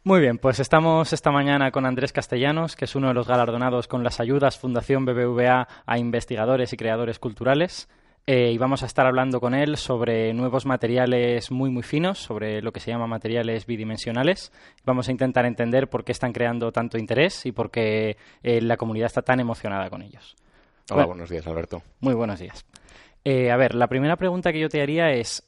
Muy bien, pues estamos esta mañana con Andrés Castellanos, que es uno de los galardonados con las ayudas Fundación BBVA a investigadores y creadores culturales. Y vamos a estar hablando con él sobre nuevos materiales muy finos, sobre lo que se llama materiales bidimensionales. Vamos a intentar entender por qué están creando tanto interés y por qué la comunidad está tan emocionada con ellos. Hola, buenos días, Alberto. Muy buenos días. A ver, la primera pregunta que yo te haría es...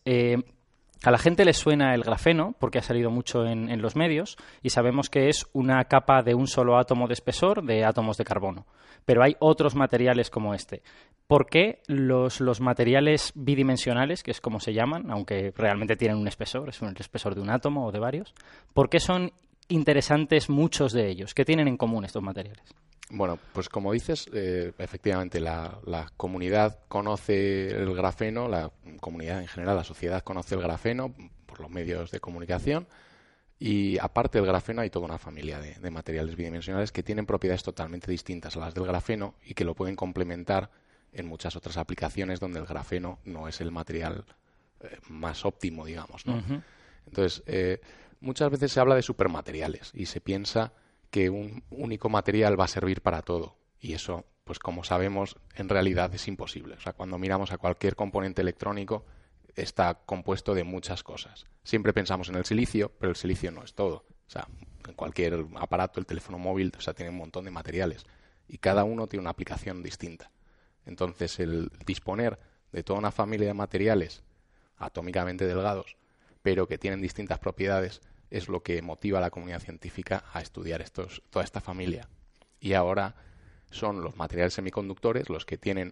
a la gente le suena el grafeno, porque ha salido mucho en los medios, y sabemos que es una capa de un solo átomo de espesor de átomos de carbono. Pero hay otros materiales como este. ¿Por qué los materiales bidimensionales, que es como se llaman, aunque realmente tienen un espesor, es el espesor de un átomo o de varios, por qué son interesantes muchos de ellos? ¿Qué tienen en común estos materiales? Bueno, pues como dices, efectivamente la comunidad conoce el grafeno, la comunidad en general, la sociedad conoce el grafeno por los medios de comunicación y aparte del grafeno hay toda una familia de materiales bidimensionales que tienen propiedades totalmente distintas a las del grafeno y que lo pueden complementar en muchas otras aplicaciones donde el grafeno no es el material más óptimo, digamos, ¿no? Uh-huh. Entonces, muchas veces se habla de supermateriales y se piensa que un único material va a servir para todo. Y eso, pues como sabemos, en realidad es imposible. O sea, cuando miramos a cualquier componente electrónico, está compuesto de muchas cosas. Siempre pensamos en el silicio, pero el silicio no es todo. O sea, en cualquier aparato, el teléfono móvil, o sea, tiene un montón de materiales. Y cada uno tiene una aplicación distinta. Entonces, el disponer de toda una familia de materiales atómicamente delgados, pero que tienen distintas propiedades, es lo que motiva a la comunidad científica a estudiar toda esta familia. Y ahora son los materiales semiconductores los que tienen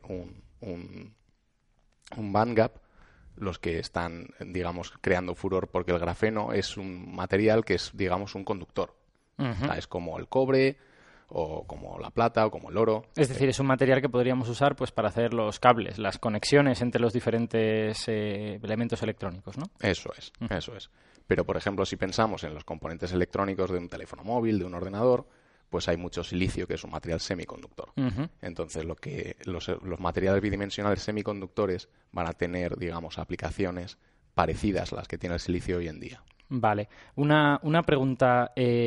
un bandgap, los que están, digamos, creando furor, porque el grafeno es un material que es, digamos, un conductor. Uh-huh. O sea, es como el cobre, o como la plata, o como el oro. Es decir, es un material que podríamos usar pues para hacer los cables, las conexiones entre los diferentes elementos electrónicos, ¿no? Eso es, eso es. Pero, por ejemplo, si pensamos en los componentes electrónicos de un teléfono móvil, de un ordenador, pues hay mucho silicio, que es un material semiconductor. Uh-huh. Entonces, los materiales bidimensionales semiconductores van a tener, digamos, aplicaciones parecidas a las que tiene el silicio hoy en día. Vale. Una pregunta.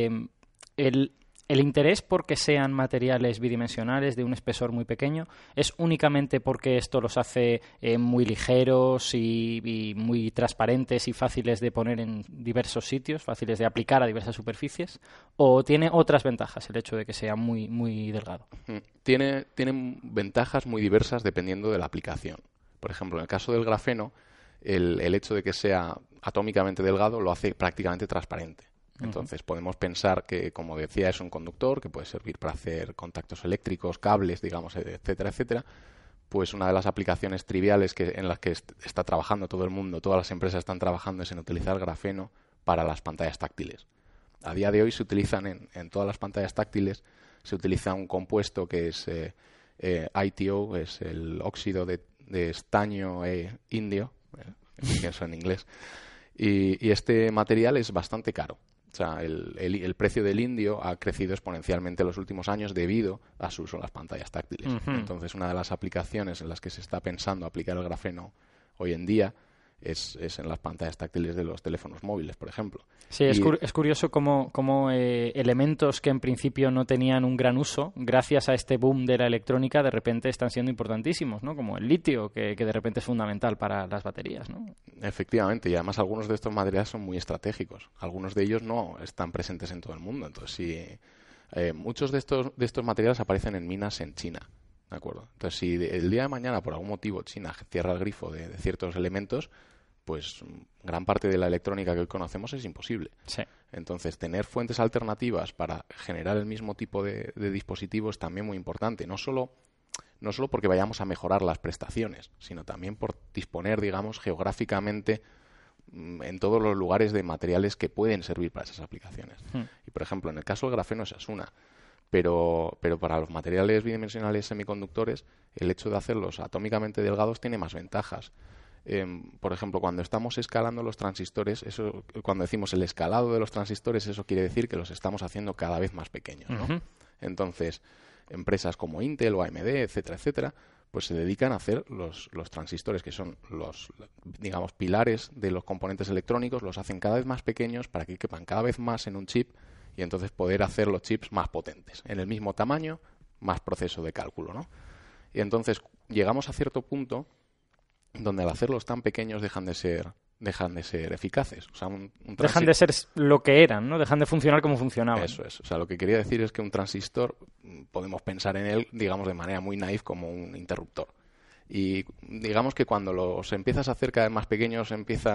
¿El interés por que sean materiales bidimensionales de un espesor muy pequeño es únicamente porque esto los hace muy ligeros y muy transparentes y fáciles de poner en diversos sitios, fáciles de aplicar a diversas superficies? ¿O tiene otras ventajas el hecho de que sea muy delgado? Tienen ventajas muy diversas dependiendo de la aplicación. Por ejemplo, en el caso del grafeno, el hecho de que sea atómicamente delgado lo hace prácticamente transparente. Entonces podemos pensar que, como decía, es un conductor que puede servir para hacer contactos eléctricos, cables, digamos, etcétera, etcétera. Pues una de las aplicaciones triviales en las que está trabajando todo el mundo, todas las empresas están trabajando, es en utilizar grafeno para las pantallas táctiles. A día de hoy se utilizan en todas las pantallas táctiles, se utiliza un compuesto que es ITO, es el óxido de estaño indio, pienso en inglés, y este material es bastante caro. O sea, el precio del indio ha crecido exponencialmente en los últimos años debido a su uso en las pantallas táctiles. Uh-huh. Entonces, una de las aplicaciones en las que se está pensando aplicar el grafeno hoy en día es en las pantallas táctiles de los teléfonos móviles, por ejemplo. Sí, es curioso cómo elementos que en principio no tenían un gran uso, gracias a este boom de la electrónica, de repente están siendo importantísimos, ¿no? Como el litio, que de repente es fundamental para las baterías, ¿no? Efectivamente, y además algunos de estos materiales son muy estratégicos. Algunos de ellos no están presentes en todo el mundo. Entonces, sí, muchos de estos materiales aparecen en minas en China, ¿de acuerdo? Entonces, si el día de mañana, por algún motivo, China cierra el grifo de ciertos elementos, pues gran parte de la electrónica que hoy conocemos es imposible. Sí. Entonces, tener fuentes alternativas para generar el mismo tipo de dispositivo es también muy importante. No solo porque vayamos a mejorar las prestaciones, sino también por disponer, digamos, geográficamente en todos los lugares de materiales que pueden servir para esas aplicaciones. Y, por ejemplo, en el caso del grafeno esa es una. Pero para los materiales bidimensionales semiconductores, el hecho de hacerlos atómicamente delgados tiene más ventajas. Por ejemplo, cuando estamos escalando los transistores, cuando decimos el escalado de los transistores, eso quiere decir que los estamos haciendo cada vez más pequeños, ¿no? Uh-huh. Entonces, empresas como Intel o AMD, etcétera, etcétera, pues se dedican a hacer los transistores, que son los, digamos, pilares de los componentes electrónicos, los hacen cada vez más pequeños para que quepan cada vez más en un chip y entonces poder hacer los chips más potentes, en el mismo tamaño, más proceso de cálculo, ¿no? Y entonces llegamos a cierto punto donde al hacerlos tan pequeños dejan de ser eficaces. O sea, dejan de ser lo que eran, ¿no? Dejan de funcionar como funcionaban. Eso es. O sea, lo que quería decir es que un transistor podemos pensar en él, digamos, de manera muy naif como un interruptor. Y digamos que cuando los empiezas a hacer cada vez más pequeños,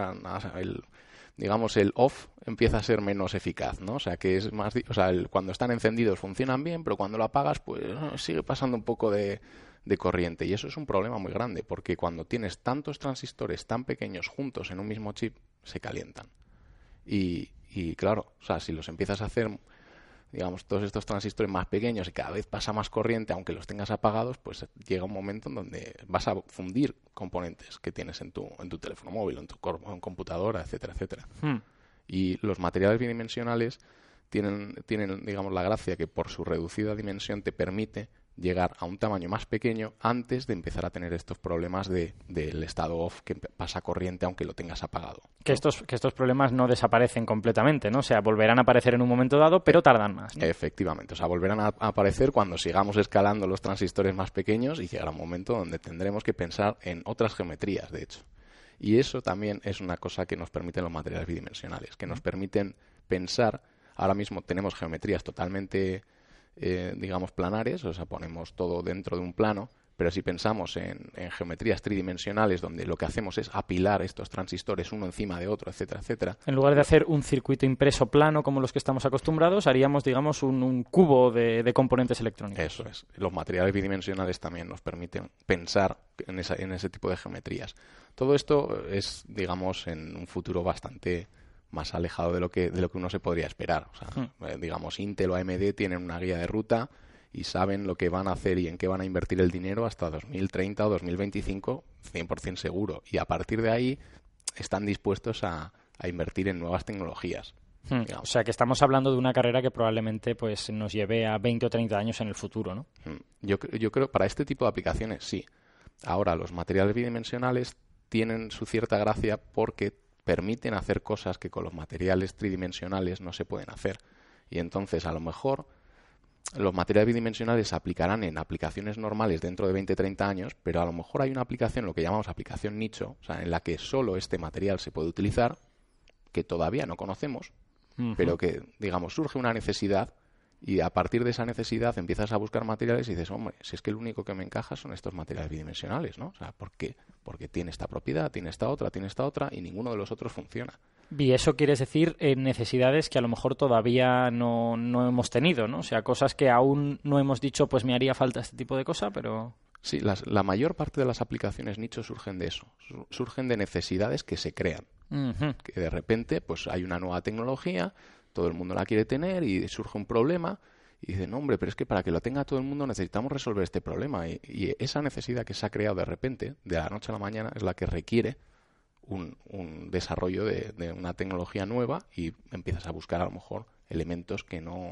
el off empieza a ser menos eficaz, ¿no? O sea, que es más, cuando están encendidos funcionan bien, pero cuando lo apagas, pues sigue pasando un poco de corriente. Y eso es un problema muy grande, porque cuando tienes tantos transistores tan pequeños juntos en un mismo chip, se calientan. Y claro, o sea, si los empiezas a hacer, digamos, todos estos transistores más pequeños y cada vez pasa más corriente, aunque los tengas apagados, pues llega un momento en donde vas a fundir componentes que tienes en tu teléfono móvil, en tu computadora, etcétera, etcétera. Y los materiales bidimensionales tienen, digamos, la gracia que por su reducida dimensión te permite llegar a un tamaño más pequeño antes de empezar a tener estos problemas del estado off, que pasa corriente aunque lo tengas apagado, ¿no? Que estos problemas no desaparecen completamente, ¿no? O sea, volverán a aparecer en un momento dado, pero tardan más, ¿no? Efectivamente, o sea, volverán a aparecer cuando sigamos escalando los transistores más pequeños y llegará un momento donde tendremos que pensar en otras geometrías, de hecho. Y eso también es una cosa que nos permiten los materiales bidimensionales, que nos permiten pensar. Ahora mismo tenemos geometrías totalmente digamos, planares, o sea, ponemos todo dentro de un plano, pero si pensamos en geometrías tridimensionales donde lo que hacemos es apilar estos transistores uno encima de otro, etcétera, etcétera. En lugar de hacer un circuito impreso plano como los que estamos acostumbrados, haríamos, digamos, un cubo de componentes electrónicos. Eso es. Los materiales bidimensionales también nos permiten pensar en ese tipo de geometrías. Todo esto es, digamos, en un futuro bastante más alejado de lo que uno se podría esperar. O sea, digamos, Intel o AMD tienen una guía de ruta y saben lo que van a hacer y en qué van a invertir el dinero hasta 2030 o 2025, 100% seguro. Y a partir de ahí están dispuestos a invertir en nuevas tecnologías. O sea, que estamos hablando de una carrera que probablemente pues nos lleve a 20 o 30 años en el futuro, ¿no? Yo creo para este tipo de aplicaciones sí. Ahora, los materiales bidimensionales tienen su cierta gracia porque permiten hacer cosas que con los materiales tridimensionales no se pueden hacer. Y entonces, a lo mejor, los materiales bidimensionales se aplicarán en aplicaciones normales dentro de 20-30 años, pero a lo mejor hay una aplicación, lo que llamamos aplicación nicho, o sea, en la que solo este material se puede utilizar, que todavía no conocemos, pero que, digamos, surge una necesidad y a partir de esa necesidad empiezas a buscar materiales y dices, hombre, si es que el único que me encaja son estos materiales bidimensionales, ¿no? O sea, ¿por qué? Porque tiene esta propiedad, tiene esta otra y ninguno de los otros funciona. Y eso quieres decir necesidades que a lo mejor todavía no hemos tenido, ¿no? O sea, cosas que aún no hemos dicho, pues me haría falta este tipo de cosa, pero... Sí, la mayor parte de las aplicaciones nicho surgen de eso, surgen de necesidades que se crean. Que de repente pues hay una nueva tecnología, todo el mundo la quiere tener y surge un problema y dicen, no, hombre, pero es que para que lo tenga todo el mundo necesitamos resolver este problema. Y esa necesidad que se ha creado de repente, de la noche a la mañana, es la que requiere un desarrollo de una tecnología nueva y empiezas a buscar a lo mejor elementos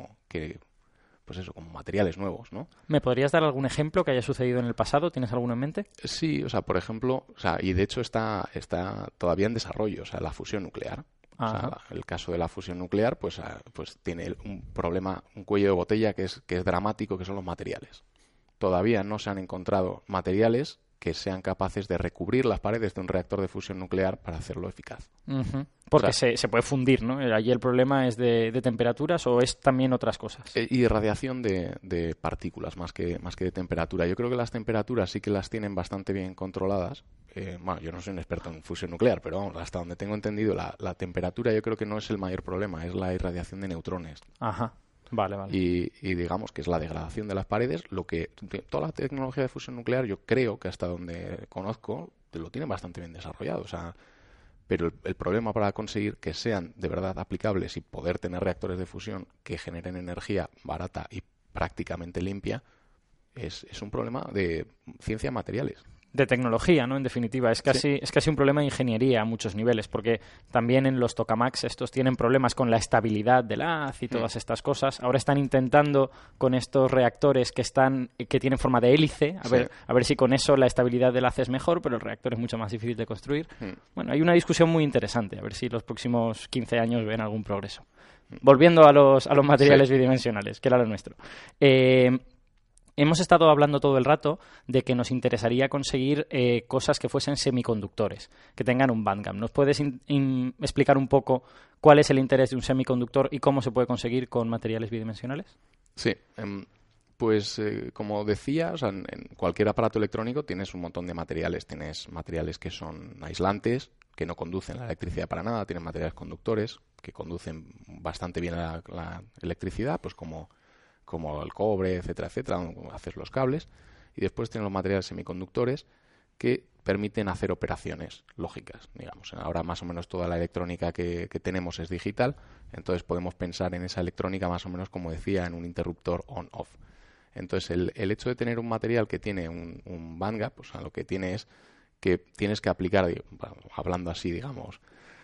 pues eso, como materiales nuevos, ¿no? ¿Me podrías dar algún ejemplo que haya sucedido en el pasado? ¿Tienes alguno en mente? Sí, o sea, por ejemplo, o sea, y de hecho está todavía en desarrollo, o sea, la fusión nuclear. O sea, el caso de la fusión nuclear, pues tiene un problema, un cuello de botella que es dramático, que son los materiales. Todavía no se han encontrado materiales que sean capaces de recubrir las paredes de un reactor de fusión nuclear para hacerlo eficaz. Porque se puede fundir, ¿no? Allí el problema es de temperaturas o es también otras cosas. Y de radiación de partículas más que de temperatura. Yo creo que las temperaturas sí que las tienen bastante bien controladas. Bueno, yo no soy un experto en fusión nuclear, pero vamos, hasta donde tengo entendido, la temperatura yo creo que no es el mayor problema, es la irradiación de neutrones. Ajá. Vale. Y digamos que es la degradación de las paredes, toda la tecnología de fusión nuclear yo creo que hasta donde conozco lo tienen bastante bien desarrollado, o sea, pero el problema para conseguir que sean de verdad aplicables y poder tener reactores de fusión que generen energía barata y prácticamente limpia es un problema de ciencia de materiales. de tecnología, ¿no? En definitiva, es casi un problema de ingeniería a muchos niveles, porque también en los tokamaks estos tienen problemas con la estabilidad del haz y todas estas cosas. Ahora están intentando con estos reactores que tienen forma de hélice, a ver si con eso la estabilidad del haz es mejor, pero el reactor es mucho más difícil de construir. Bueno, hay una discusión muy interesante, a ver si los próximos 15 años ven algún progreso. Volviendo a los materiales bidimensionales, que era lo nuestro. Hemos estado hablando todo el rato de que nos interesaría conseguir cosas que fuesen semiconductores, que tengan un bandgap. ¿Nos puedes explicar un poco cuál es el interés de un semiconductor y cómo se puede conseguir con materiales bidimensionales? Sí, pues como decía, o sea, en cualquier aparato electrónico tienes un montón de materiales. Tienes materiales que son aislantes, que no conducen la electricidad para nada. Tienes materiales conductores, que conducen bastante bien la electricidad, pues como el cobre, etcétera, etcétera, haces los cables. Y después tienes los materiales semiconductores que permiten hacer operaciones lógicas, digamos. Ahora más o menos toda la electrónica que tenemos es digital, entonces podemos pensar en esa electrónica más o menos, como decía, en un interruptor on-off. Entonces el hecho de tener un material que tiene un bandgap, o sea, lo que tiene es que tienes que aplicar, hablando así, digamos,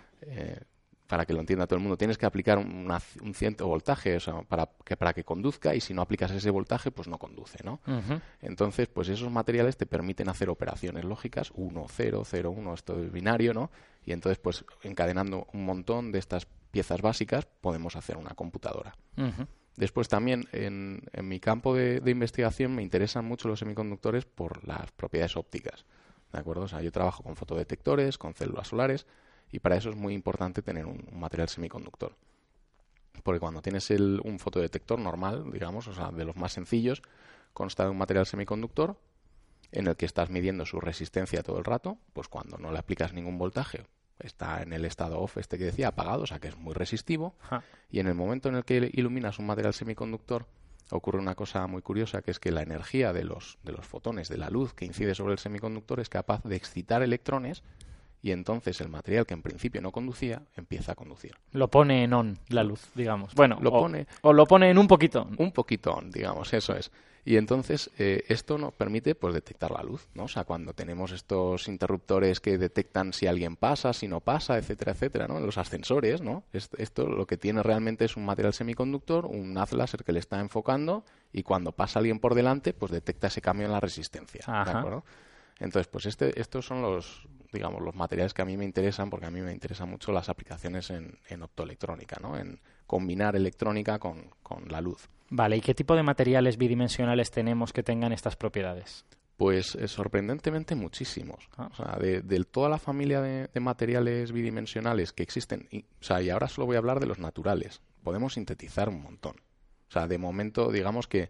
para que lo entienda todo el mundo, tienes que aplicar un cierto voltaje, o sea, para que conduzca, y si no aplicas ese voltaje, pues no conduce, ¿no? Uh-huh. Entonces, pues esos materiales te permiten hacer operaciones lógicas, 1, 0, 0, 1, esto es binario, ¿no? Y entonces, pues encadenando un montón de estas piezas básicas, podemos hacer una computadora. Uh-huh. Después también, en mi campo de investigación, me interesan mucho los semiconductores por las propiedades ópticas, ¿de acuerdo? O sea, yo trabajo con fotodetectores, con células solares, y para eso es muy importante tener un material semiconductor. Porque cuando tienes un fotodetector normal, digamos, o sea, de los más sencillos, consta de un material semiconductor en el que estás midiendo su resistencia todo el rato, pues cuando no le aplicas ningún voltaje, está en el estado off que decía, apagado, o sea que es muy resistivo. Y en el momento en el que iluminas un material semiconductor, ocurre una cosa muy curiosa, que es que la energía de los fotones, de la luz que incide sobre el semiconductor, es capaz de excitar electrones, y entonces el material que en principio no conducía empieza a conducir. Lo pone en on la luz, digamos. Bueno, lo pone en un poquito on. Un poquito on, digamos, eso es. Y entonces esto nos permite, pues, detectar la luz, ¿no? O sea, cuando tenemos estos interruptores que detectan si alguien pasa, si no pasa, etcétera, etcétera, ¿no? En los ascensores, ¿no? Esto lo que tiene realmente es un material semiconductor, un haz láser que le está enfocando, y cuando pasa alguien por delante, pues detecta ese cambio en la resistencia. Ajá. ¿De acuerdo? Entonces, pues estos son los materiales que a mí me interesan, porque a mí me interesan mucho las aplicaciones en optoelectrónica, ¿no? En combinar electrónica con la luz. Vale, ¿y qué tipo de materiales bidimensionales tenemos que tengan estas propiedades? Pues sorprendentemente muchísimos. O sea, de toda la familia de materiales bidimensionales que existen, y ahora solo voy a hablar de los naturales, podemos sintetizar un montón. O sea, de momento, digamos que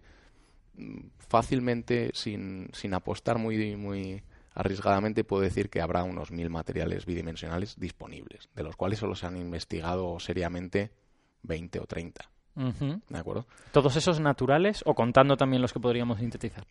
fácilmente, sin apostar muy arriesgadamente, puedo decir que habrá unos 1000 materiales bidimensionales disponibles, de los cuales solo se han investigado seriamente 20 o 30. Uh-huh. ¿De acuerdo? ¿Todos esos naturales o contando también los que podríamos sintetizar?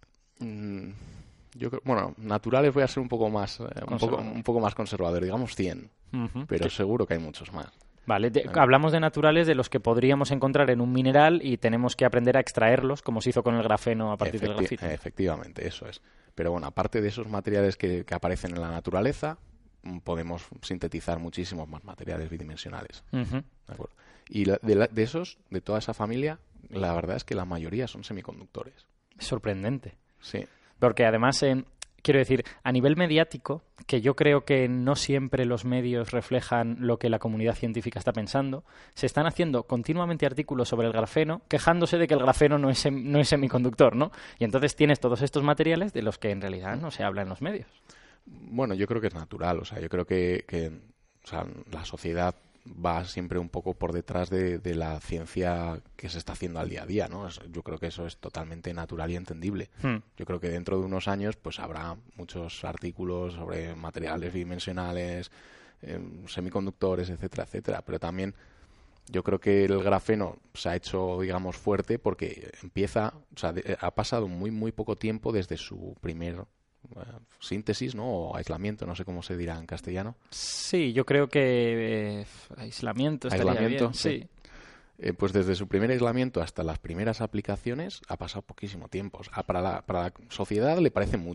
Yo creo, bueno, naturales voy a ser un poco más conservador, digamos 100, uh-huh. Pero seguro que hay muchos más. Vale, hablamos de naturales de los que podríamos encontrar en un mineral y tenemos que aprender a extraerlos, como se hizo con el grafeno a partir del grafito. Efectivamente, eso es. Pero bueno, aparte de esos materiales que aparecen en la naturaleza, podemos sintetizar muchísimos más materiales bidimensionales. Uh-huh. ¿De acuerdo? Y de esos, de toda esa familia, la verdad es que la mayoría son semiconductores. Es sorprendente. Sí. Porque además, quiero decir, a nivel mediático, que yo creo que no siempre los medios reflejan lo que la comunidad científica está pensando, se están haciendo continuamente artículos sobre el grafeno, quejándose de que el grafeno no es semiconductor, ¿no? Y entonces tienes todos estos materiales de los que en realidad no se habla en los medios. Bueno, yo creo que es natural. O sea, yo creo que la sociedad va siempre un poco por detrás de la ciencia que se está haciendo al día a día, ¿no? Yo creo que eso es totalmente natural y entendible. Yo creo que dentro de unos años pues habrá muchos artículos sobre materiales bidimensionales, semiconductores, etcétera, etcétera. Pero también yo creo que el grafeno se ha hecho, digamos, fuerte porque ha pasado muy poco tiempo desde su primer síntesis, ¿no? O aislamiento, no sé cómo se dirá en castellano. Sí, yo creo que aislamiento estaría bien. Sí. Pues desde su primer aislamiento hasta las primeras aplicaciones ha pasado poquísimo tiempo. Para la sociedad le parece mucho,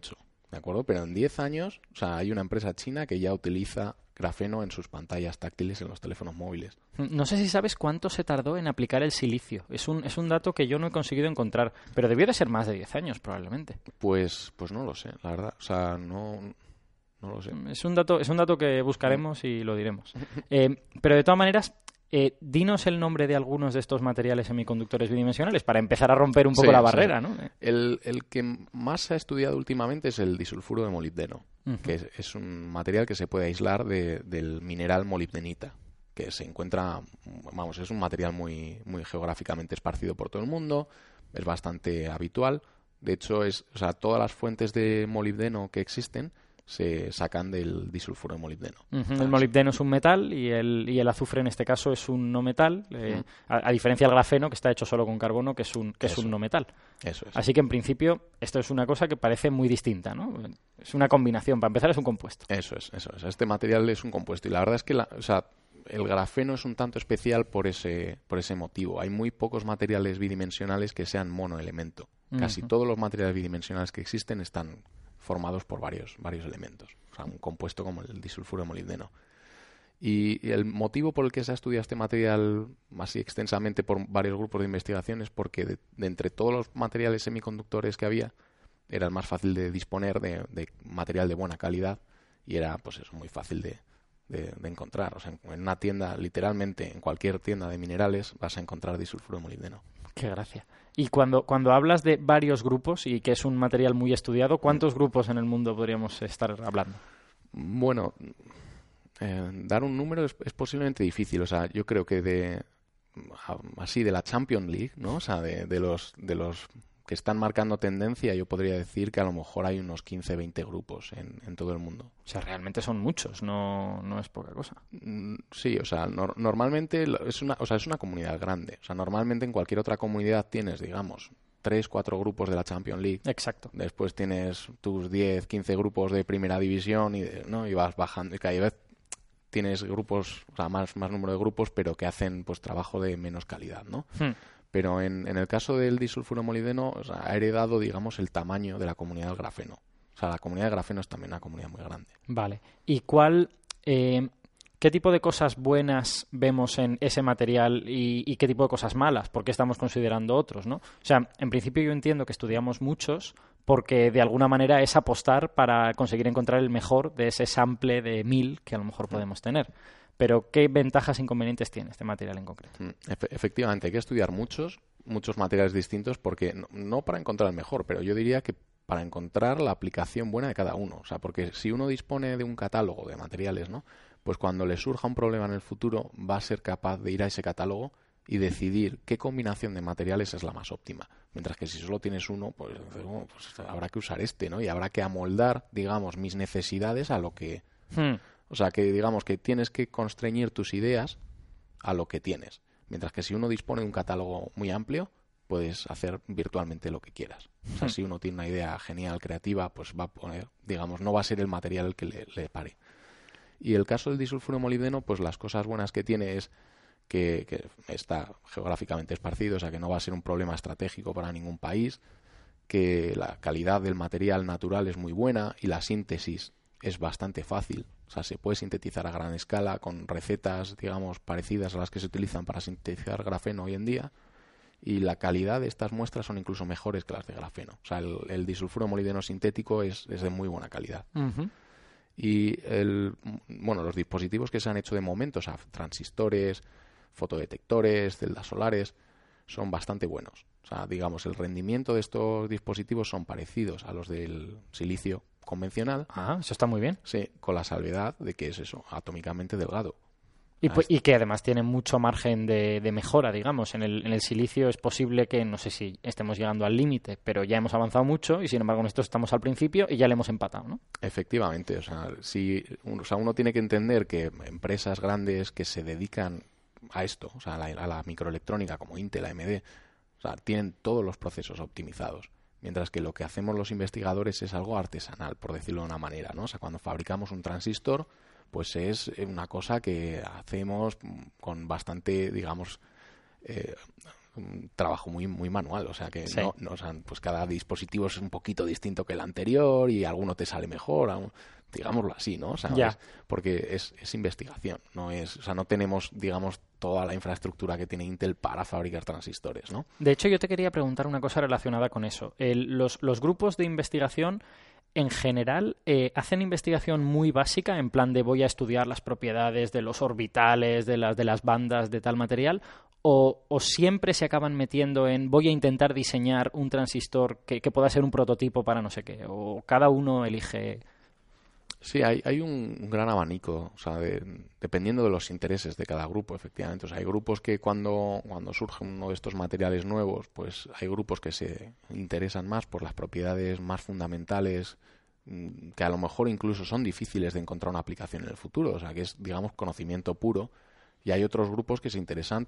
¿de acuerdo? Pero en 10 años, o sea, hay una empresa china que ya utiliza grafeno en sus pantallas táctiles en los teléfonos móviles. No sé si sabes cuánto se tardó en aplicar el silicio. Es un dato que yo no he conseguido encontrar, pero debió de ser más de 10 años probablemente. Pues no lo sé, la verdad. O sea, no lo sé. Es un dato que buscaremos y lo diremos. Pero de todas maneras, dinos el nombre de algunos de estos materiales semiconductores bidimensionales para empezar a romper un poco la barrera, ¿no? El que más se ha estudiado últimamente es el disulfuro de molibdeno, que es un material que se puede aislar del mineral molibdenita, que se encuentra, vamos, es un material muy, muy geográficamente esparcido por todo el mundo, es bastante habitual. De hecho, todas las fuentes de molibdeno que existen se sacan del disulfuro de molibdeno. El molibdeno es un metal y el azufre en este caso es un no metal, a diferencia del grafeno que está hecho solo con carbono, que es un no metal. Eso es. Así que en principio esto es una cosa que parece muy distinta, ¿no? Es una combinación, para empezar es un compuesto. Eso es. Este material es un compuesto y la verdad es que el grafeno es un tanto especial por ese motivo. Hay muy pocos materiales bidimensionales que sean monoelemento. Casi todos los materiales bidimensionales que existen están formados por varios elementos, o sea, un compuesto como el disulfuro de molibdeno. Y el motivo por el que se ha estudiado este material así extensamente por varios grupos de investigación es porque de entre todos los materiales semiconductores que había, era el más fácil de disponer de material de buena calidad y era, pues eso, muy fácil de encontrar. O sea, en una tienda, literalmente, en cualquier tienda de minerales, vas a encontrar disulfuro de molibdeno. Qué gracia. Y cuando hablas de varios grupos y que es un material muy estudiado, ¿cuántos grupos en el mundo podríamos estar hablando? Bueno, dar un número es posiblemente difícil. O sea, yo creo que de la Champions League, ¿no? O sea, de los que están marcando tendencia, yo podría decir que a lo mejor hay unos 15, 20 grupos en todo el mundo. O sea, realmente son muchos, no es poca cosa. Sí, o sea, normalmente es una comunidad grande. O sea, normalmente en cualquier otra comunidad tienes, digamos, 3, 4 grupos de la Champions League. Exacto. Después tienes tus 10, 15 grupos de primera división y vas bajando. Y cada vez tienes grupos, o sea, más número de grupos, pero que hacen pues trabajo de menos calidad, ¿no? Pero en el caso del disulfuro de molibdeno, o sea, ha heredado, digamos, el tamaño de la comunidad del grafeno. O sea, la comunidad de grafeno es también una comunidad muy grande. Vale. ¿Y qué tipo de cosas buenas vemos en ese material y qué tipo de cosas malas? ¿Por qué estamos considerando otros, no? O sea, en principio yo entiendo que estudiamos muchos porque de alguna manera es apostar para conseguir encontrar el mejor de ese sample de 1000 que a lo mejor podemos tener. Pero, ¿qué ventajas e inconvenientes tiene este material en concreto? Efectivamente, hay que estudiar muchos materiales distintos porque no para encontrar el mejor, pero yo diría que para encontrar la aplicación buena de cada uno. O sea, porque si uno dispone de un catálogo de materiales, ¿no? Pues cuando le surja un problema en el futuro va a ser capaz de ir a ese catálogo y decidir qué combinación de materiales es la más óptima. Mientras que si solo tienes uno, pues habrá que usar este, ¿no? Y habrá que amoldar, digamos, mis necesidades a lo que... O sea, que digamos que tienes que constreñir tus ideas a lo que tienes. Mientras que si uno dispone de un catálogo muy amplio, puedes hacer virtualmente lo que quieras. O sea, si uno tiene una idea genial, creativa, pues va a poner, digamos, no va a ser el material el que le pare. Y el caso del disulfuro de molibdeno, pues las cosas buenas que tiene es que está geográficamente esparcido, o sea, que no va a ser un problema estratégico para ningún país, que la calidad del material natural es muy buena y la síntesis es bastante fácil. O sea, se puede sintetizar a gran escala con recetas, digamos, parecidas a las que se utilizan para sintetizar grafeno hoy en día. Y la calidad de estas muestras son incluso mejores que las de grafeno. O sea, el disulfuro de molibdeno sintético es de muy buena calidad. Y los dispositivos que se han hecho de momento, o sea, transistores, fotodetectores, celdas solares, son bastante buenos. O sea, digamos, el rendimiento de estos dispositivos son parecidos a los del silicio convencional. Eso está muy bien. Sí, con la salvedad de que es eso, atómicamente delgado. Y que además tiene mucho margen de mejora, digamos. En el silicio es posible que, no sé si estemos llegando al límite, pero ya hemos avanzado mucho y sin embargo nosotros estamos al principio y ya le hemos empatado, ¿no? Efectivamente. O sea, uno tiene que entender que empresas grandes que se dedican a esto, o sea, a la microelectrónica como Intel, AMD, o sea, tienen todos los procesos optimizados. Mientras que lo que hacemos los investigadores es algo artesanal, por decirlo de una manera, ¿no? O sea, cuando fabricamos un transistor, pues es una cosa que hacemos con bastante, digamos, trabajo muy, muy manual, o sea que Sí. o sea, pues cada dispositivo es un poquito distinto que el anterior y alguno te sale mejor, digámoslo así, ¿no? O sea, Ya. porque es investigación, o sea, no tenemos, digamos, toda la infraestructura que tiene Intel para fabricar transistores, ¿no? De hecho, yo te quería preguntar una cosa relacionada con eso. Los grupos de investigación, en general, hacen investigación muy básica, en plan de voy a estudiar las propiedades de los orbitales, de las bandas de tal material, o siempre se acaban metiendo en voy a intentar diseñar un transistor que pueda ser un prototipo para no sé qué, o cada uno elige. Sí, hay un gran abanico, o sea, dependiendo de los intereses de cada grupo, efectivamente. O sea, hay grupos que cuando surge uno de estos materiales nuevos, pues hay grupos que se interesan más por las propiedades más fundamentales, que a lo mejor incluso son difíciles de encontrar una aplicación en el futuro, o sea, que es, digamos, conocimiento puro. Y hay otros grupos que se interesan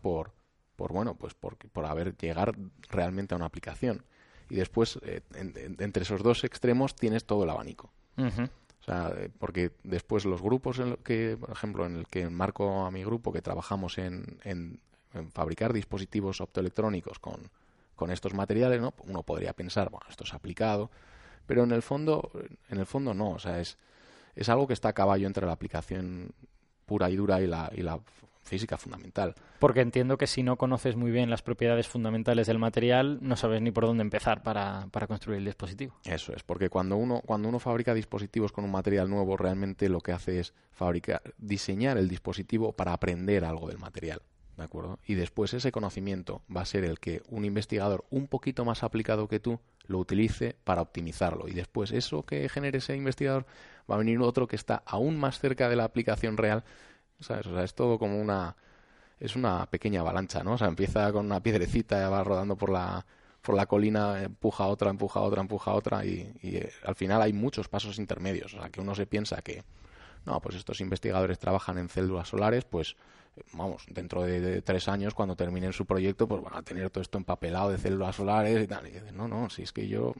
por llegar realmente a una aplicación. Y después, entre esos dos extremos, tienes todo el abanico. Ujú. O sea, porque después los grupos en los que, por ejemplo, en el que enmarco a mi grupo, que trabajamos en fabricar dispositivos optoelectrónicos con estos materiales, ¿no? Uno podría pensar, bueno, esto es aplicado, pero en el fondo no. O sea, es algo que está a caballo entre la aplicación pura y dura y la física fundamental. Porque entiendo que si no conoces muy bien las propiedades fundamentales del material, no sabes ni por dónde empezar para construir el dispositivo. Eso es, porque cuando uno fabrica dispositivos con un material nuevo, realmente lo que hace es diseñar el dispositivo para aprender algo del material, ¿de acuerdo? Y después ese conocimiento va a ser el que un investigador un poquito más aplicado que tú lo utilice para optimizarlo. Y después eso que genere ese investigador va a venir otro que está aún más cerca de la aplicación real, ¿sabes? O sea, es todo como es una pequeña avalancha, ¿no? O sea, empieza con una piedrecita, va rodando por la colina, empuja otra, empuja otra, empuja otra y al final hay muchos pasos intermedios. O sea, que uno se piensa que, no, pues estos investigadores trabajan en células solares, pues vamos, dentro de 3 años, cuando terminen su proyecto, pues van a tener todo esto empapelado de células solares y tal. Y dice, no, si es que yo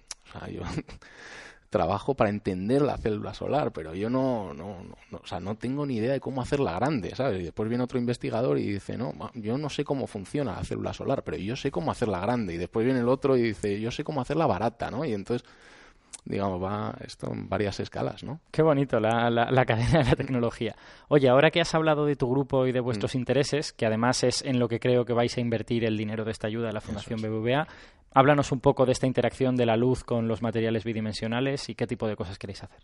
trabajo para entender la célula solar, pero yo o sea, no tengo ni idea de cómo hacerla grande, ¿sabes? Y después viene otro investigador y dice, no, yo no sé cómo funciona la célula solar, pero yo sé cómo hacerla grande. Y después viene el otro y dice, yo sé cómo hacerla barata, ¿no? Y entonces, digamos, va esto en varias escalas, ¿no? Qué bonito la cadena de la tecnología. Oye, ahora que has hablado de tu grupo y de vuestros intereses, que además es en lo que creo que vais a invertir el dinero de esta ayuda de la Fundación BBVA, háblanos un poco de esta interacción de la luz con los materiales bidimensionales y qué tipo de cosas queréis hacer.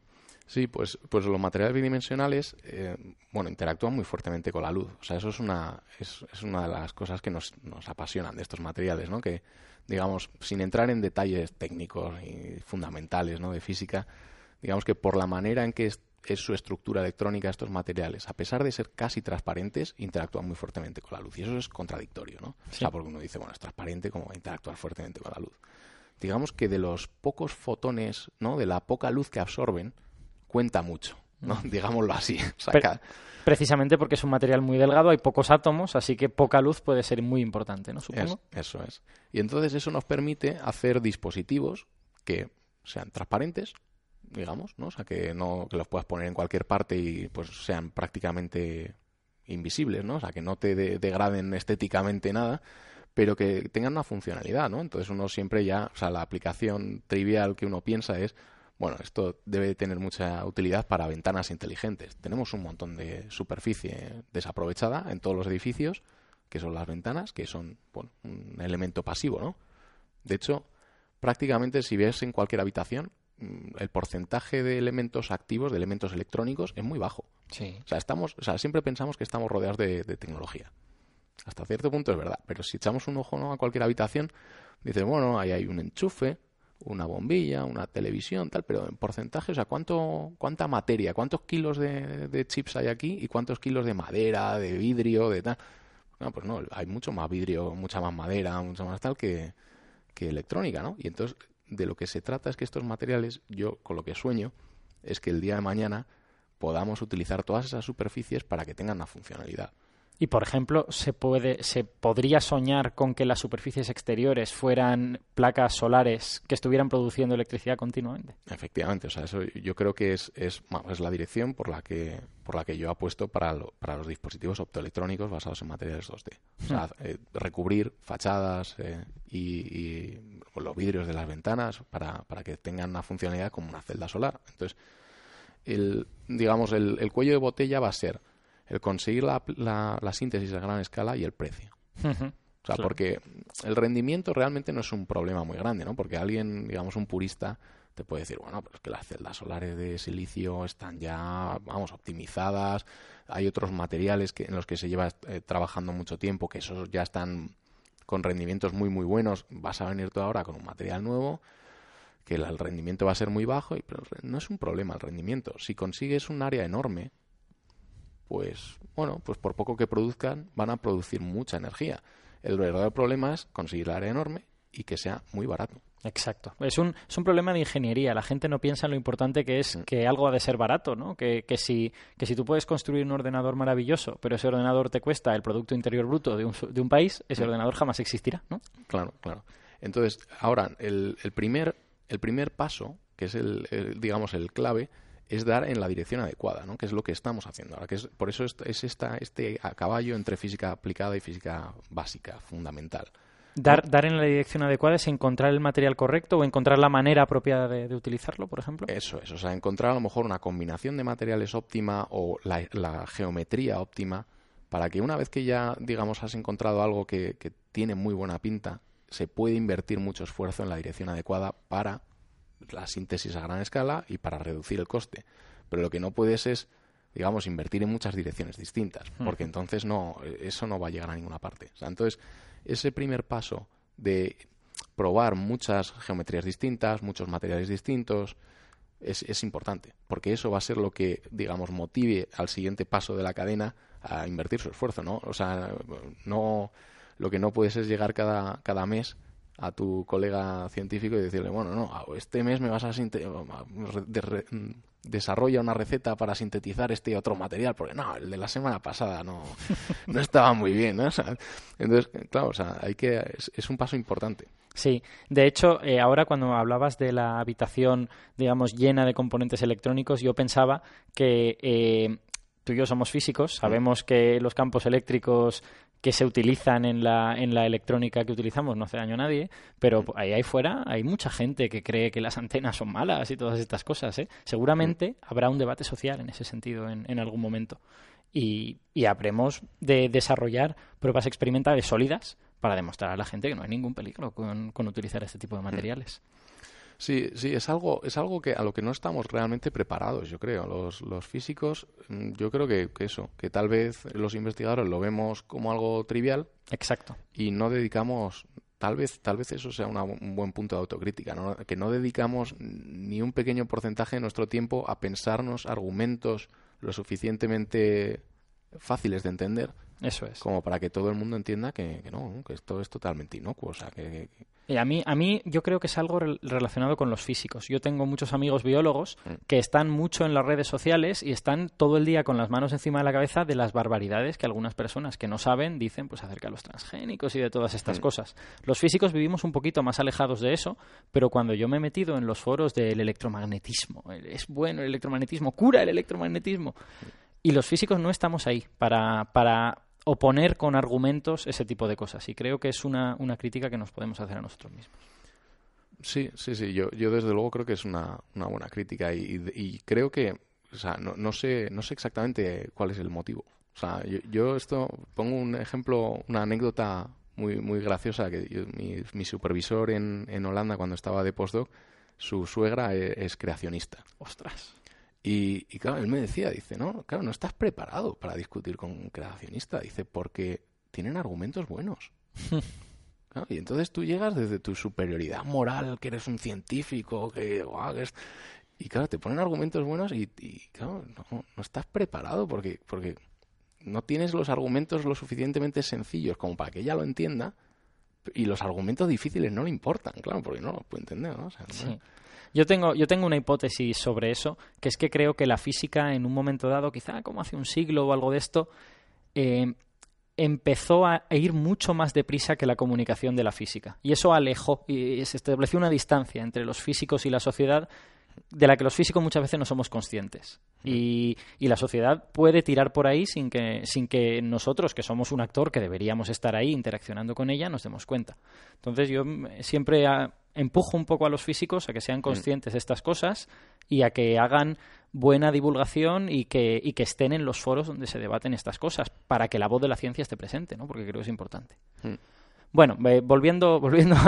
Sí, pues los materiales bidimensionales, interactúan muy fuertemente con la luz. O sea, eso es una de las cosas que nos apasionan de estos materiales, ¿no? Que, digamos, sin entrar en detalles técnicos y fundamentales, ¿no? De física, digamos que por la manera en que es su estructura electrónica, estos materiales, a pesar de ser casi transparentes, interactúan muy fuertemente con la luz. Y eso es contradictorio, ¿no? Sí. O sea, porque uno dice, bueno, es transparente, ¿cómo va a interactuar fuertemente con la luz? Digamos que de los pocos fotones, ¿no? De la poca luz que absorben, cuenta mucho, ¿no? Digámoslo así. O sea, precisamente porque es un material muy delgado, hay pocos átomos, así que poca luz puede ser muy importante, ¿no? Supongo. Eso es. Y entonces eso nos permite hacer dispositivos que sean transparentes, digamos, ¿no? O sea, que los puedas poner en cualquier parte y pues sean prácticamente invisibles, ¿no? O sea, que no te degraden estéticamente nada, pero que tengan una funcionalidad, ¿no? Entonces uno siempre ya, o sea, la aplicación trivial que uno piensa es, bueno, esto debe tener mucha utilidad para ventanas inteligentes. Tenemos un montón de superficie desaprovechada en todos los edificios, que son las ventanas, que son, bueno, un elemento pasivo, ¿no? De hecho, prácticamente si ves en cualquier habitación, el porcentaje de elementos activos, de elementos electrónicos, es muy bajo. Sí. O sea, siempre pensamos que estamos rodeados de tecnología. Hasta cierto punto es verdad, pero si echamos un ojo, ¿no?, a cualquier habitación, dices, bueno, ahí hay un enchufe, una bombilla, una televisión, tal, pero en porcentaje, o sea, cuánta materia, cuántos kilos de chips hay aquí y cuántos kilos de madera, de vidrio, de tal. No, pues no, hay mucho más vidrio, mucha más madera, mucho más tal que electrónica, ¿no? Y entonces, de lo que se trata es que estos materiales, yo con lo que sueño, es que el día de mañana podamos utilizar todas esas superficies para que tengan una funcionalidad. Y, por ejemplo, ¿se podría soñar con que las superficies exteriores fueran placas solares que estuvieran produciendo electricidad continuamente? Efectivamente, o sea, eso yo creo que es la dirección por la que yo apuesto para los dispositivos optoelectrónicos basados en materiales 2D. O sea, recubrir fachadas y los vidrios de las ventanas para que tengan una funcionalidad como una celda solar. Entonces, el cuello de botella va a ser el conseguir la síntesis a gran escala y el precio. O sea, claro. Porque el rendimiento realmente no es un problema muy grande, ¿no? Porque alguien, digamos, un purista te puede decir, bueno, pero es que las celdas solares de silicio están ya, optimizadas, hay otros materiales en los que se lleva trabajando mucho tiempo, que esos ya están con rendimientos muy, muy buenos, vas a venir tú ahora con un material nuevo, que el rendimiento va a ser muy bajo, pero no es un problema el rendimiento. Si consigues un área enorme, pues por poco que produzcan, van a producir mucha energía. El verdadero problema es conseguir el área enorme y que sea muy barato. Exacto. Es un problema de ingeniería. La gente no piensa en lo importante que es que algo ha de ser barato, ¿no? Que si tú puedes construir un ordenador maravilloso, pero ese ordenador te cuesta el Producto Interior Bruto de un país, ese ordenador jamás existirá, ¿no? Claro. Entonces, ahora, el primer paso, que es digamos el clave, es dar en la dirección adecuada, ¿no? Que es lo que estamos haciendo ahora. Por eso es este a caballo entre física aplicada y física básica, fundamental. Dar en la dirección adecuada es encontrar el material correcto o encontrar la manera apropiada de utilizarlo, por ejemplo. Eso es, o sea, encontrar a lo mejor una combinación de materiales óptima o la geometría óptima para que una vez que ya, digamos, has encontrado algo que tiene muy buena pinta, se puede invertir mucho esfuerzo en la dirección adecuada para la síntesis a gran escala y para reducir el coste. Pero lo que no puedes es, digamos, invertir en muchas direcciones distintas, porque entonces eso no va a llegar a ninguna parte. O sea, entonces, ese primer paso de probar muchas geometrías distintas, muchos materiales distintos, es importante, porque eso va a ser lo que, digamos, motive al siguiente paso de la cadena a invertir su esfuerzo, ¿no? O sea, lo que no puedes es llegar cada mes a tu colega científico y decirle, bueno, no, este mes me vas a desarrolla una receta para sintetizar este otro material, porque no, el de la semana pasada no estaba muy bien, ¿no? O sea, entonces, claro, o sea, es un paso importante. Sí, de hecho, ahora cuando hablabas de la habitación, digamos, llena de componentes electrónicos, yo pensaba que tú y yo somos físicos, sabemos que los campos eléctricos que se utilizan en la electrónica que utilizamos no hace daño a nadie, pero ahí fuera hay mucha gente que cree que las antenas son malas y todas estas cosas, ¿eh? Seguramente habrá un debate social en ese sentido en algún momento y habremos de desarrollar pruebas experimentales sólidas para demostrar a la gente que no hay ningún peligro con utilizar este tipo de materiales. Sí, es algo que a lo que no estamos realmente preparados, yo creo. Los físicos, yo creo que tal vez los investigadores lo vemos como algo trivial. Exacto. Y no dedicamos, tal vez eso sea un buen punto de autocrítica, ¿no? Que no dedicamos ni un pequeño porcentaje de nuestro tiempo a pensarnos argumentos lo suficientemente fáciles de entender. Eso es. Como para que todo el mundo entienda que esto es totalmente inocuo, o sea, A mí yo creo que es algo relacionado con los físicos. Yo tengo muchos amigos biólogos que están mucho en las redes sociales y están todo el día con las manos encima de la cabeza de las barbaridades que algunas personas que no saben dicen pues acerca de los transgénicos y de todas estas cosas. Los físicos vivimos un poquito más alejados de eso, pero cuando yo me he metido en los foros del electromagnetismo, es bueno el electromagnetismo, cura el electromagnetismo, y los físicos no estamos ahí para oponer con argumentos ese tipo de cosas. Y creo que es una crítica que nos podemos hacer a nosotros mismos. Sí. Yo desde luego creo que es una buena crítica y creo que, o sea, no sé exactamente cuál es el motivo. O sea, yo esto pongo un ejemplo, una anécdota muy muy graciosa que mi supervisor en Holanda cuando estaba de postdoc, su suegra es creacionista. ¡Ostras! Y claro, él me decía, dice, no estás preparado para discutir con un creacionista, dice, porque tienen argumentos buenos. Claro, y entonces tú llegas desde tu superioridad moral, que eres un científico, y claro, te ponen argumentos buenos y claro, no estás preparado porque no tienes los argumentos lo suficientemente sencillos como para que ella lo entienda, y los argumentos difíciles no le importan, claro, porque no los puede entender, ¿no? O sea, sí. Yo tengo una hipótesis sobre eso, que es que creo que la física en un momento dado, quizá como hace un siglo o algo de esto, empezó a ir mucho más deprisa que la comunicación de la física. Y eso alejó y se estableció una distancia entre los físicos y la sociedad de la que los físicos muchas veces no somos conscientes. Y la sociedad puede tirar por ahí sin que nosotros, que somos un actor que deberíamos estar ahí interaccionando con ella, nos demos cuenta. Entonces yo siempre empujo un poco a los físicos a que sean conscientes de estas cosas y a que hagan buena divulgación y que estén en los foros donde se debaten estas cosas para que la voz de la ciencia esté presente, ¿no? Porque creo que es importante. Bueno, volviendo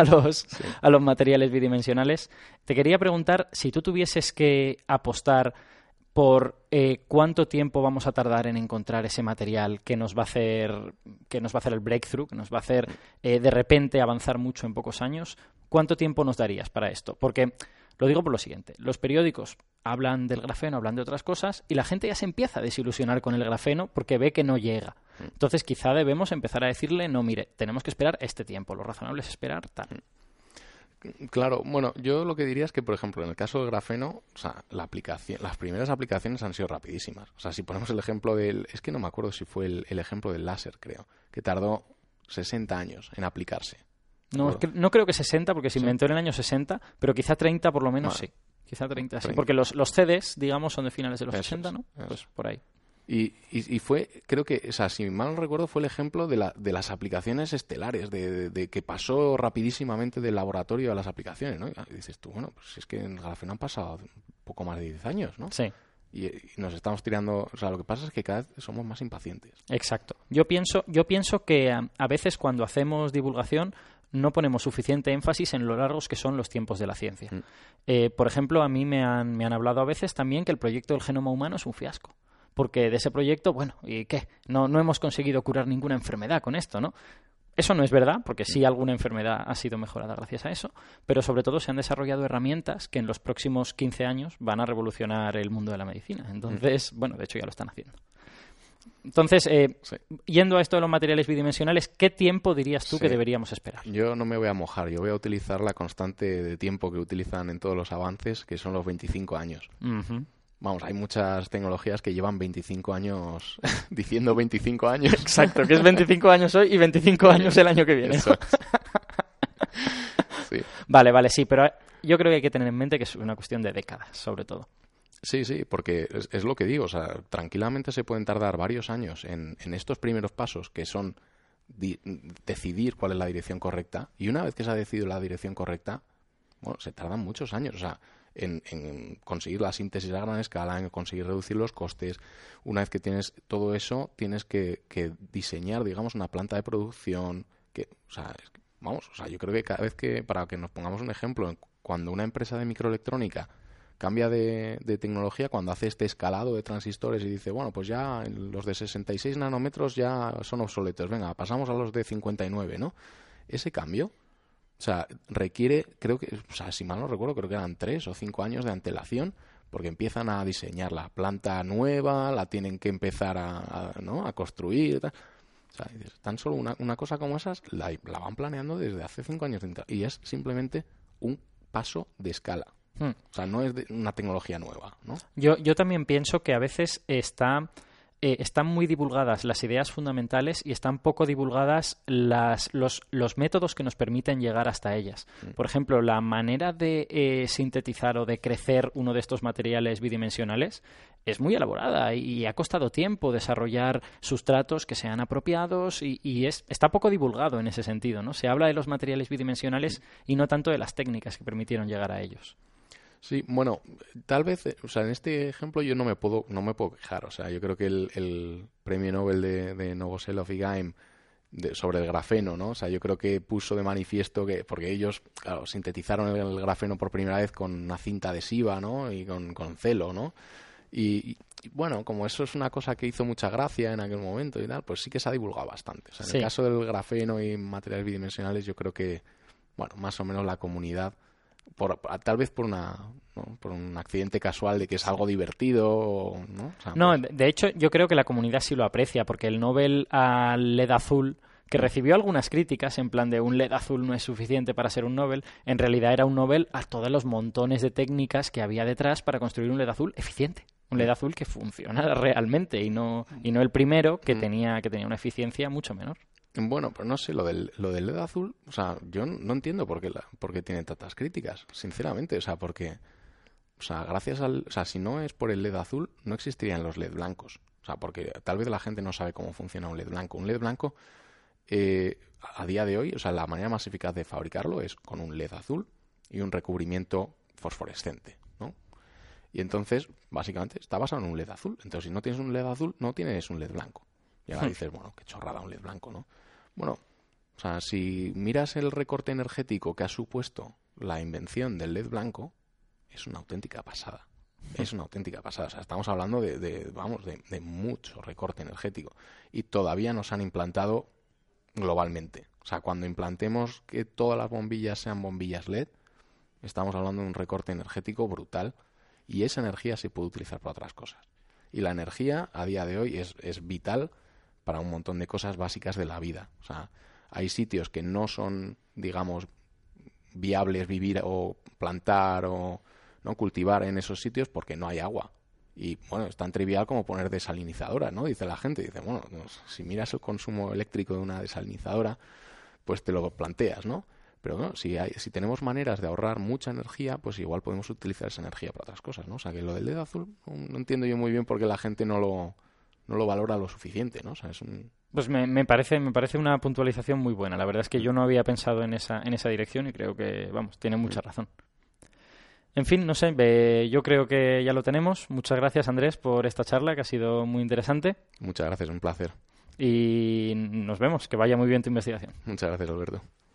a los materiales bidimensionales, te quería preguntar si tú tuvieses que apostar por cuánto tiempo vamos a tardar en encontrar ese material que nos va a hacer el breakthrough, que nos va a hacer de repente avanzar mucho en pocos años. ¿Cuánto tiempo nos darías para esto? Porque lo digo por lo siguiente, los periódicos hablan del grafeno, hablan de otras cosas y la gente ya se empieza a desilusionar con el grafeno porque ve que no llega. Entonces quizá debemos empezar a decirle, no, mire, tenemos que esperar este tiempo, lo razonable es esperar tal. Claro, bueno, yo lo que diría es que, por ejemplo, en el caso del grafeno, o sea, las primeras aplicaciones han sido rapidísimas. O sea, si ponemos el ejemplo es que no me acuerdo si fue el ejemplo del láser, creo, que tardó 60 años en aplicarse. No creo que 60, porque se inventó en el año 60, pero quizá 30 por lo menos sí. Quizá 30, sí. Porque los CDs, digamos, son de finales de los 60, ¿no? Pues por ahí. Y fue, creo que, o sea, si mal no recuerdo, fue el ejemplo de las aplicaciones estelares, de que pasó rapidísimamente del laboratorio a las aplicaciones, ¿no? Y dices tú, bueno, pues es que en el grafeno han pasado un poco más de 10 años, ¿no? Sí. Y nos estamos tirando... O sea, lo que pasa es que cada vez somos más impacientes. Exacto. Yo pienso que a veces cuando hacemos divulgación no ponemos suficiente énfasis en lo largos que son los tiempos de la ciencia. Por ejemplo, a mí me han hablado a veces también que el proyecto del genoma humano es un fiasco. Porque de ese proyecto, bueno, ¿y qué? No hemos conseguido curar ninguna enfermedad con esto, ¿no? Eso no es verdad, porque sí alguna enfermedad ha sido mejorada gracias a eso, pero sobre todo se han desarrollado herramientas que en los próximos 15 años van a revolucionar el mundo de la medicina. Entonces, bueno, de hecho ya lo están haciendo. Entonces, yendo a esto de los materiales bidimensionales, ¿qué tiempo dirías tú que deberíamos esperar? Yo no me voy a mojar, yo voy a utilizar la constante de tiempo que utilizan en todos los avances, que son los 25 años. Vamos, hay muchas tecnologías que llevan 25 años diciendo 25 años. Exacto, que es 25 años hoy y 25 años el año que viene. Eso es. Sí. Vale, sí, pero yo creo que hay que tener en mente que es una cuestión de décadas, sobre todo. Sí, porque es lo que digo, o sea, tranquilamente se pueden tardar varios años en estos primeros pasos, que son decidir cuál es la dirección correcta, y una vez que se ha decidido la dirección correcta, bueno, se tardan muchos años, o sea, en conseguir la síntesis a gran escala, en conseguir reducir los costes. Una vez que tienes todo eso, tienes que diseñar, digamos, una planta de producción, yo creo que cada vez que, para que nos pongamos un ejemplo, cuando una empresa de microelectrónica cambia de tecnología, cuando hace este escalado de transistores y dice, bueno, pues ya los de 66 nanómetros ya son obsoletos, venga, pasamos a los de 59, ¿no? Ese cambio, o sea, requiere, creo que, o sea, si mal no recuerdo, creo que eran 3 o 5 años de antelación, porque empiezan a diseñar la planta nueva, la tienen que empezar a construir, tal. O sea, tan solo una cosa como esas la van planeando desde hace 5 años y es simplemente un paso de escala. O sea, no es una tecnología nueva, ¿no? Yo también pienso que a veces están muy divulgadas las ideas fundamentales y están poco divulgadas los métodos que nos permiten llegar hasta ellas. Por ejemplo, la manera de sintetizar o de crecer uno de estos materiales bidimensionales es muy elaborada y ha costado tiempo desarrollar sustratos que sean apropiados y está poco divulgado en ese sentido, ¿no? Se habla de los materiales bidimensionales y no tanto de las técnicas que permitieron llegar a ellos. Sí, bueno, tal vez, o sea, en este ejemplo yo no me puedo quejar, o sea, yo creo que el premio Nobel de Novoselov y Gaim sobre el grafeno, ¿no? O sea, yo creo que puso de manifiesto que, porque ellos, claro, sintetizaron el grafeno por primera vez con una cinta adhesiva, ¿no? Y con celo, ¿no? Y bueno, como eso es una cosa que hizo mucha gracia en aquel momento y tal, pues sí que se ha divulgado bastante. O sea, en el caso del grafeno y materiales bidimensionales, yo creo que, bueno, más o menos la comunidad, tal vez por un accidente casual de que es algo divertido, ¿no? O sea, de hecho, yo creo que la comunidad sí lo aprecia, porque el Nobel al LED azul, que recibió algunas críticas en plan de un LED azul no es suficiente para ser un Nobel, en realidad era un Nobel a todos los montones de técnicas que había detrás para construir un LED azul eficiente. Un LED azul que funcionara realmente y no el primero que tenía una eficiencia mucho menor. Bueno, pues no sé, lo del LED azul, o sea, yo no entiendo por qué tiene tantas críticas, sinceramente, o sea, porque, o sea, si no es por el LED azul, no existirían los LED blancos, o sea, porque tal vez la gente no sabe cómo funciona un LED blanco. Un LED blanco, a día de hoy, o sea, la manera más eficaz de fabricarlo es con un LED azul y un recubrimiento fosforescente, ¿no? Y entonces, básicamente, está basado en un LED azul. Entonces, si no tienes un LED azul, no tienes un LED blanco. Y ahora dices, bueno, qué chorrada un LED blanco, ¿no? Bueno, o sea, si miras el recorte energético que ha supuesto la invención del LED blanco, es una auténtica pasada. Es una auténtica pasada. O sea, estamos hablando de mucho recorte energético. Y todavía nos han implantado globalmente. O sea, cuando implantemos que todas las bombillas sean bombillas LED, estamos hablando de un recorte energético brutal. Y esa energía se puede utilizar para otras cosas. Y la energía, a día de hoy, es vital para un montón de cosas básicas de la vida. O sea, hay sitios que no son, digamos, viables vivir o plantar o no cultivar en esos sitios porque no hay agua. Y bueno, es tan trivial como poner desalinizadora, ¿no? Dice la gente, dice, bueno, si miras el consumo eléctrico de una desalinizadora, pues te lo planteas, ¿no? Pero bueno, si tenemos maneras de ahorrar mucha energía, pues igual podemos utilizar esa energía para otras cosas, ¿no? O sea, que lo del LED azul no entiendo yo muy bien por qué la gente no lo valora lo suficiente, ¿no? O sea, Pues me parece una puntualización muy buena. La verdad es que yo no había pensado en esa dirección y creo que, vamos, tiene mucha razón. En fin, no sé, yo creo que ya lo tenemos. Muchas gracias, Andrés, por esta charla que ha sido muy interesante. Muchas gracias, un placer. Y nos vemos. Que vaya muy bien tu investigación. Muchas gracias, Alberto.